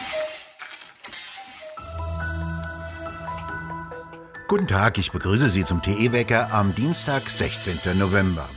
Guten Tag, ich begrüße Sie zum TE-Wecker am Dienstag, 16. November.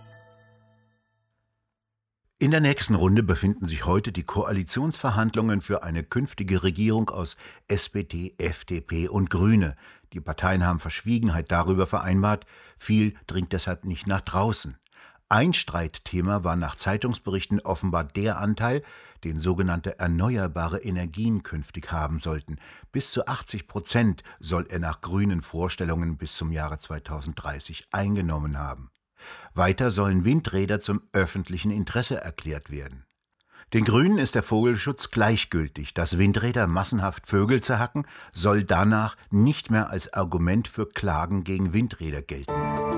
In der nächsten Runde befinden sich heute die Koalitionsverhandlungen für eine künftige Regierung aus SPD, FDP und Grüne. Die Parteien haben Verschwiegenheit darüber vereinbart, viel dringt deshalb nicht nach draußen. Ein Streitthema war nach Zeitungsberichten offenbar der Anteil, den sogenannte erneuerbare Energien künftig haben sollten. Bis zu 80% soll er nach grünen Vorstellungen bis zum Jahre 2030 eingenommen haben. Weiter sollen Windräder zum öffentlichen Interesse erklärt werden. Den Grünen ist der Vogelschutz gleichgültig. Dass Windräder massenhaft Vögel zerhacken, soll danach nicht mehr als Argument für Klagen gegen Windräder gelten.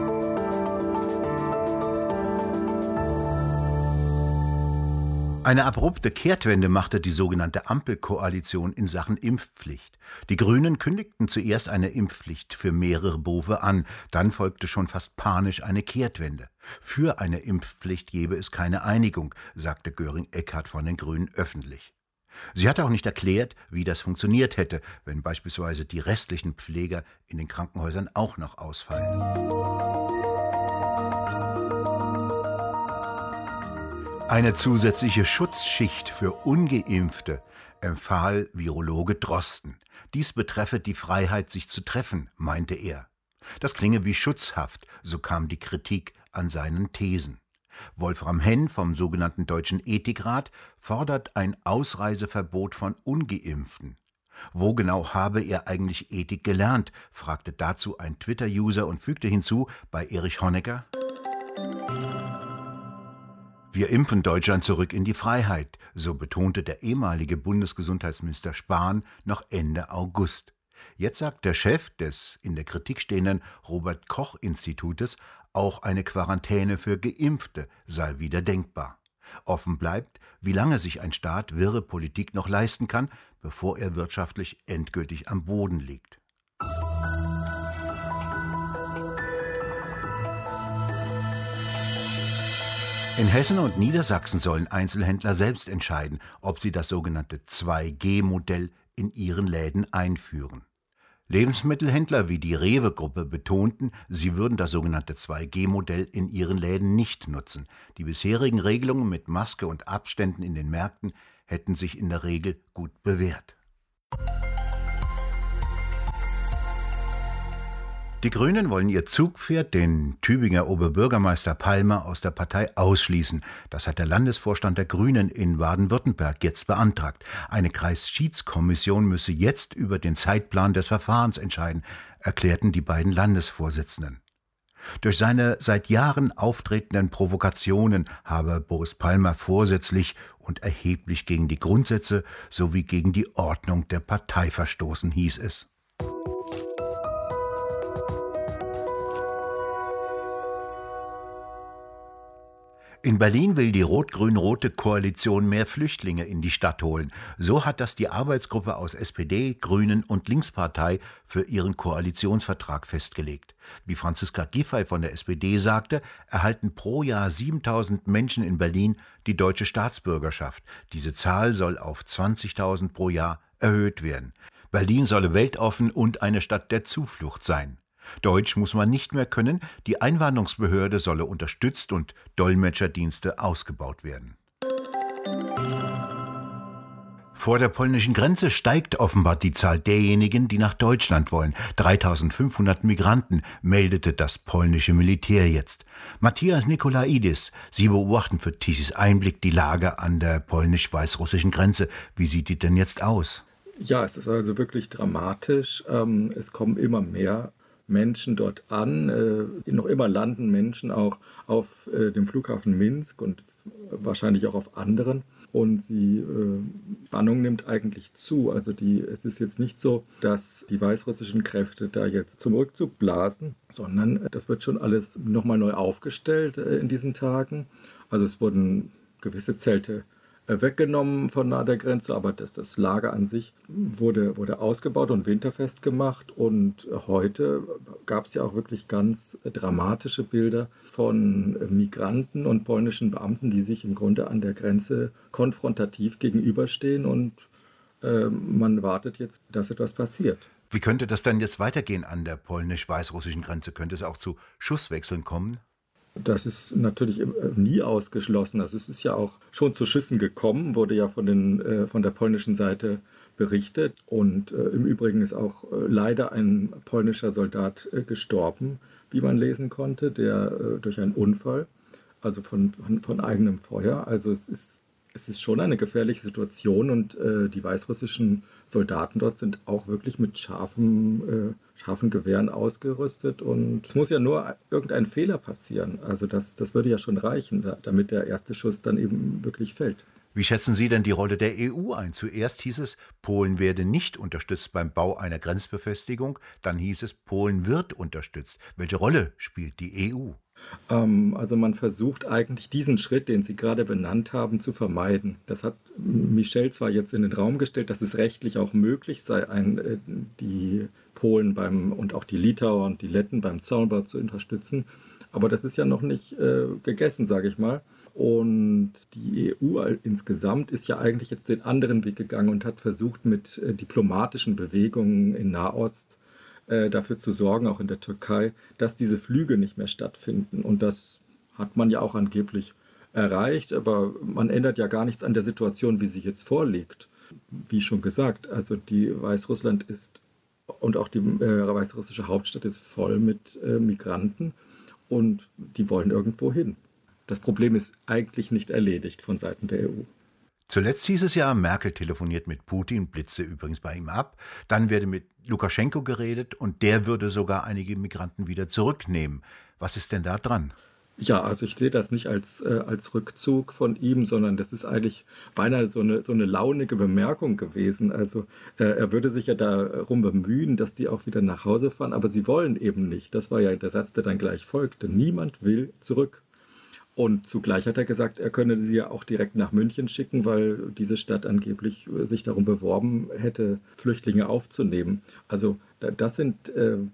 Eine abrupte Kehrtwende machte die sogenannte Ampelkoalition in Sachen Impfpflicht. Die Grünen kündigten zuerst eine Impfpflicht für mehrere Berufe an, dann folgte schon fast panisch eine Kehrtwende. Für eine Impfpflicht gebe es keine Einigung, sagte Göring-Eckardt von den Grünen öffentlich. Sie hatte auch nicht erklärt, wie das funktioniert hätte, wenn beispielsweise die restlichen Pfleger in den Krankenhäusern auch noch ausfallen. Eine zusätzliche Schutzschicht für Ungeimpfte, empfahl Virologe Drosten. Dies betreffe die Freiheit, sich zu treffen, meinte er. Das klinge wie schutzhaft, so kam die Kritik an seinen Thesen. Wolfram Henn vom sogenannten Deutschen Ethikrat fordert ein Ausreiseverbot von Ungeimpften. Wo genau habe er eigentlich Ethik gelernt, fragte dazu ein Twitter-User und fügte hinzu, bei Erich Honecker: Wir impfen Deutschland zurück in die Freiheit, so betonte der ehemalige Bundesgesundheitsminister Spahn noch Ende August. Jetzt sagt der Chef des in der Kritik stehenden Robert-Koch-Institutes, auch eine Quarantäne für Geimpfte sei wieder denkbar. Offen bleibt, wie lange sich ein Staat wirre Politik noch leisten kann, bevor er wirtschaftlich endgültig am Boden liegt. In Hessen und Niedersachsen sollen Einzelhändler selbst entscheiden, ob sie das sogenannte 2G-Modell in ihren Läden einführen. Lebensmittelhändler wie die Rewe-Gruppe betonten, sie würden das sogenannte 2G-Modell in ihren Läden nicht nutzen. Die bisherigen Regelungen mit Maske und Abständen in den Märkten hätten sich in der Regel gut bewährt. Die Grünen wollen ihr Zugpferd, den Tübinger Oberbürgermeister Palmer, aus der Partei ausschließen. Das hat der Landesvorstand der Grünen in Baden-Württemberg jetzt beantragt. Eine Kreisschiedskommission müsse jetzt über den Zeitplan des Verfahrens entscheiden, erklärten die beiden Landesvorsitzenden. Durch seine seit Jahren auftretenden Provokationen habe Boris Palmer vorsätzlich und erheblich gegen die Grundsätze sowie gegen die Ordnung der Partei verstoßen, hieß es. In Berlin will die rot-grün-rote Koalition mehr Flüchtlinge in die Stadt holen. So hat das die Arbeitsgruppe aus SPD, Grünen und Linkspartei für ihren Koalitionsvertrag festgelegt. Wie Franziska Giffey von der SPD sagte, erhalten pro Jahr 7.000 Menschen in Berlin die deutsche Staatsbürgerschaft. Diese Zahl soll auf 20.000 pro Jahr erhöht werden. Berlin solle weltoffen und eine Stadt der Zuflucht sein. Deutsch muss man nicht mehr können, die Einwanderungsbehörde solle unterstützt und Dolmetscherdienste ausgebaut werden. Vor der polnischen Grenze steigt offenbar die Zahl derjenigen, die nach Deutschland wollen. 3.500 Migranten, meldete das polnische Militär jetzt. Matthias Nikolaidis, Sie beobachten für Tichys Einblick die Lage an der polnisch-weißrussischen Grenze. Wie sieht die denn jetzt aus? Ja, es ist also wirklich dramatisch. Es kommen immer mehr Menschen dort an. Noch immer landen Menschen auch auf dem Flughafen Minsk und wahrscheinlich auch auf anderen. Und die Spannung nimmt eigentlich zu. Also es ist jetzt nicht so, dass die weißrussischen Kräfte da jetzt zum Rückzug blasen, sondern das wird schon alles nochmal neu aufgestellt in diesen Tagen. Also es wurden gewisse Zelte weggenommen von nahe der Grenze, aber das Lager an sich wurde ausgebaut und winterfest gemacht. Und heute gab es ja auch wirklich ganz dramatische Bilder von Migranten und polnischen Beamten, die sich im Grunde an der Grenze konfrontativ gegenüberstehen und man wartet jetzt, dass etwas passiert. Wie könnte das dann jetzt weitergehen an der polnisch-weißrussischen Grenze? Könnte es auch zu Schusswechseln kommen? Das ist natürlich nie ausgeschlossen. Also es ist ja auch schon zu Schüssen gekommen, wurde ja von der polnischen Seite berichtet. Und im Übrigen ist auch leider ein polnischer Soldat gestorben, wie man lesen konnte, der durch einen Unfall, also von eigenem Feuer. Also es ist schon eine gefährliche Situation und die weißrussischen Soldaten dort sind auch wirklich mit scharfen Gewehren ausgerüstet und es muss ja nur irgendein Fehler passieren. Also das würde ja schon reichen, damit der erste Schuss dann eben wirklich fällt. Wie schätzen Sie denn die Rolle der EU ein? Zuerst hieß es, Polen werde nicht unterstützt beim Bau einer Grenzbefestigung, dann hieß es, Polen wird unterstützt. Welche Rolle spielt die EU? Also man versucht eigentlich diesen Schritt, den Sie gerade benannt haben, zu vermeiden. Das hat Michel zwar jetzt in den Raum gestellt, dass es rechtlich auch möglich sei, die Polen und auch die Litauer und die Letten beim Zaunbau zu unterstützen, aber das ist ja noch nicht gegessen, sage ich mal. Und die EU insgesamt ist ja eigentlich jetzt den anderen Weg gegangen und hat versucht, mit diplomatischen Bewegungen in Nahost dafür zu sorgen, auch in der Türkei, dass diese Flüge nicht mehr stattfinden. Und das hat man ja auch angeblich erreicht, aber man ändert ja gar nichts an der Situation, wie sie jetzt vorliegt. Wie schon gesagt, also die Weißrussland ist und auch die weißrussische Hauptstadt ist voll mit Migranten und die wollen irgendwo hin. Das Problem ist eigentlich nicht erledigt von Seiten der EU. Zuletzt hieß es ja, Merkel telefoniert mit Putin, blitze übrigens bei ihm ab. Dann werde mit Lukaschenko geredet und der würde sogar einige Migranten wieder zurücknehmen. Was ist denn da dran? Ja, also ich sehe das nicht als Rückzug von ihm, sondern das ist eigentlich beinahe so eine launige Bemerkung gewesen. Also er würde sich ja darum bemühen, dass die auch wieder nach Hause fahren, aber sie wollen eben nicht. Das war ja der Satz, der dann gleich folgte. Niemand will zurück. Und zugleich hat er gesagt, er könne sie ja auch direkt nach München schicken, weil diese Stadt angeblich sich darum beworben hätte, Flüchtlinge aufzunehmen. Also das sind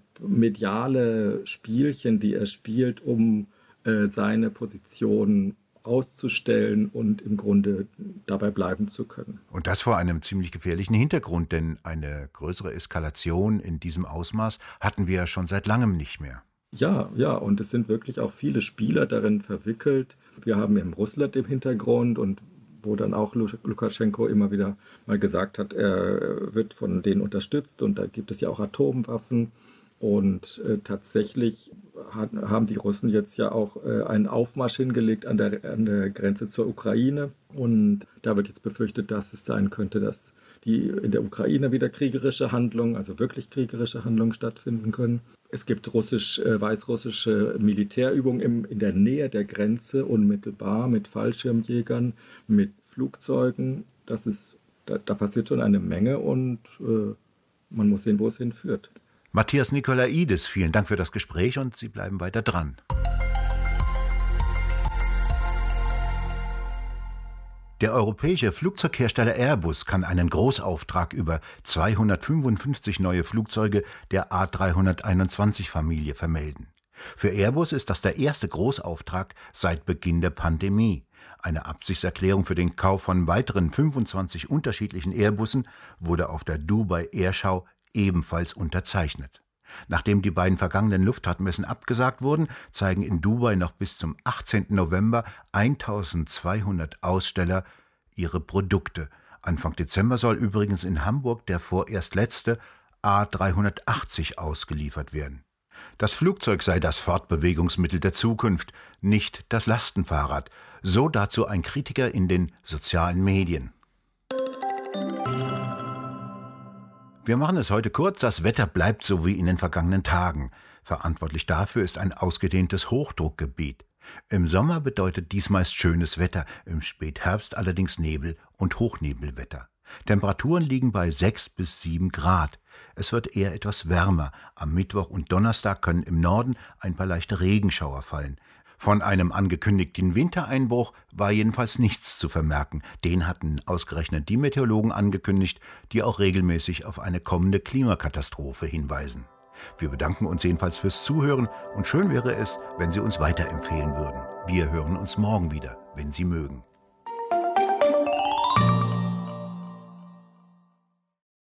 mediale Spielchen, die er spielt, um seine Position auszustellen und im Grunde dabei bleiben zu können. Und das vor einem ziemlich gefährlichen Hintergrund, denn eine größere Eskalation in diesem Ausmaß hatten wir ja schon seit langem nicht mehr. Ja, und es sind wirklich auch viele Spieler darin verwickelt. Wir haben eben Russland im Hintergrund und wo dann auch Lukaschenko immer wieder mal gesagt hat, er wird von denen unterstützt und da gibt es ja auch Atomwaffen. Und tatsächlich haben die Russen jetzt ja auch einen Aufmarsch hingelegt an der Grenze zur Ukraine. Und da wird jetzt befürchtet, dass es sein könnte, dass in der Ukraine wieder kriegerische Handlungen, also wirklich kriegerische Handlungen stattfinden können. Es gibt weißrussische Militärübungen in der Nähe der Grenze, unmittelbar mit Fallschirmjägern, mit Flugzeugen. Da passiert schon eine Menge und man muss sehen, wo es hinführt. Matthias Nikolaidis, vielen Dank für das Gespräch und Sie bleiben weiter dran. Der europäische Flugzeughersteller Airbus kann einen Großauftrag über 255 neue Flugzeuge der A321-Familie vermelden. Für Airbus ist das der erste Großauftrag seit Beginn der Pandemie. Eine Absichtserklärung für den Kauf von weiteren 25 unterschiedlichen Airbussen wurde auf der Dubai Airschau ebenfalls unterzeichnet. Nachdem die beiden vergangenen Luftfahrtmessen abgesagt wurden, zeigen in Dubai noch bis zum 18. November 1200 Aussteller ihre Produkte. Anfang Dezember soll übrigens in Hamburg der vorerst letzte A380 ausgeliefert werden. Das Flugzeug sei das Fortbewegungsmittel der Zukunft, nicht das Lastenfahrrad. So dazu ein Kritiker in den sozialen Medien. Wir machen es heute kurz, das Wetter bleibt so wie in den vergangenen Tagen. Verantwortlich dafür ist ein ausgedehntes Hochdruckgebiet. Im Sommer bedeutet dies meist schönes Wetter, im Spätherbst allerdings Nebel und Hochnebelwetter. Temperaturen liegen bei 6 bis 7 Grad. Es wird eher etwas wärmer. Am Mittwoch und Donnerstag können im Norden ein paar leichte Regenschauer fallen. Von einem angekündigten Wintereinbruch war jedenfalls nichts zu vermerken. Den hatten ausgerechnet die Meteorologen angekündigt, die auch regelmäßig auf eine kommende Klimakatastrophe hinweisen. Wir bedanken uns jedenfalls fürs Zuhören und schön wäre es, wenn Sie uns weiterempfehlen würden. Wir hören uns morgen wieder, wenn Sie mögen.